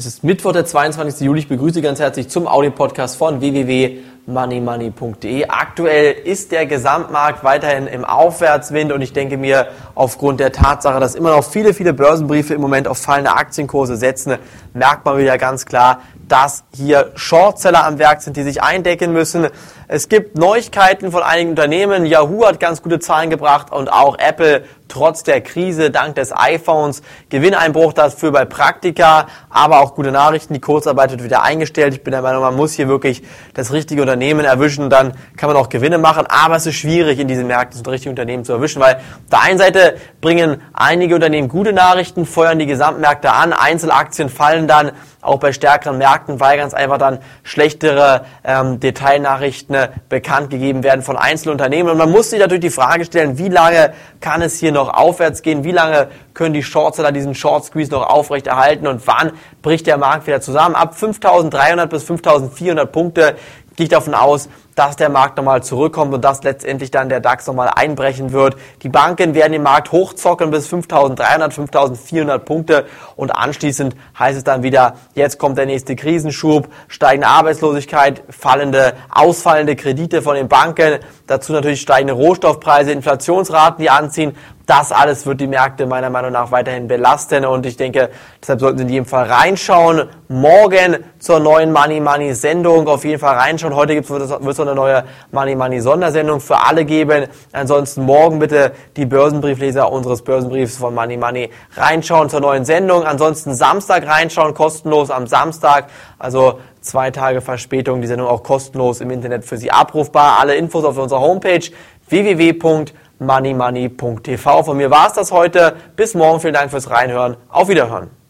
Es ist Mittwoch, der 22. Juli. Ich begrüße Sie ganz herzlich zum Audio-Podcast von www.moneymoney.de. Aktuell ist der Gesamtmarkt weiterhin im Aufwärtswind und ich denke mir, aufgrund der Tatsache, dass immer noch viele Börsenbriefe im Moment auf fallende Aktienkurse setzen, merkt man wieder ganz klar, dass hier Shortseller am Werk sind, die sich eindecken müssen. Es gibt Neuigkeiten von einigen Unternehmen. Yahoo hat ganz gute Zahlen gebracht und auch Apple trotz der Krise, dank des iPhones. Gewinneinbruch dafür bei Praktika, aber auch gute Nachrichten. Die Kurzarbeit wird wieder eingestellt. Ich bin der Meinung, man muss hier wirklich das richtige Unternehmen erwischen, dann kann man auch Gewinne machen. Aber es ist schwierig, in diesen Märkten das richtige Unternehmen zu erwischen, weil auf der einen Seite bringen einige Unternehmen gute Nachrichten, feuern die Gesamtmärkte an, Einzelaktien fallen dann auch bei stärkeren Märkten, weil ganz einfach dann schlechtere Detailnachrichten bekannt gegeben werden von Einzelunternehmen. Und man muss sich natürlich die Frage stellen, wie lange kann es hier noch aufwärts gehen? Wie lange können die Shortseller diesen Short Squeeze noch aufrechterhalten? Und wann bricht der Markt wieder zusammen? Ab 5.300 bis 5.400 Punkte gehe ich davon aus, dass der Markt nochmal zurückkommt und dass letztendlich dann der DAX nochmal einbrechen wird. Die Banken werden den Markt hochzocken bis 5.300, 5.400 Punkte und anschließend heißt es dann wieder, jetzt kommt der nächste Krisenschub, steigende Arbeitslosigkeit, ausfallende Kredite von den Banken, dazu natürlich steigende Rohstoffpreise, Inflationsraten, die anziehen. Das alles wird die Märkte meiner Meinung nach weiterhin belasten und ich denke, deshalb sollten Sie in jedem Fall reinschauen. Morgen zur neuen Money Sendung auf jeden Fall reinschauen. Heute wird es eine neue Money Sondersendung für alle geben. Ansonsten morgen bitte die Börsenbriefleser unseres Börsenbriefs von Money reinschauen zur neuen Sendung. Ansonsten Samstag reinschauen, kostenlos am Samstag. Also 2 Tage Verspätung, die Sendung auch kostenlos im Internet für Sie abrufbar. Alle Infos auf unserer Homepage www.moneymoney.tv. Von mir war es das heute. Bis morgen. Vielen Dank fürs Reinhören. Auf Wiederhören.